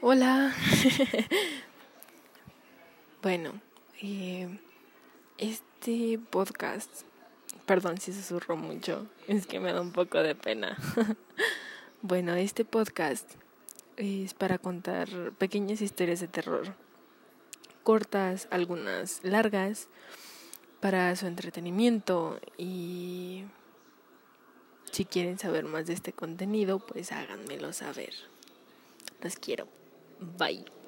Hola. Bueno, este podcast, perdón si susurro mucho, es que me da un poco de pena. Bueno, este podcast es para contar pequeñas historias de terror, cortas, algunas largas, para su entretenimiento. Y si quieren saber más de este contenido, pues háganmelo saber. Los quiero. Bye.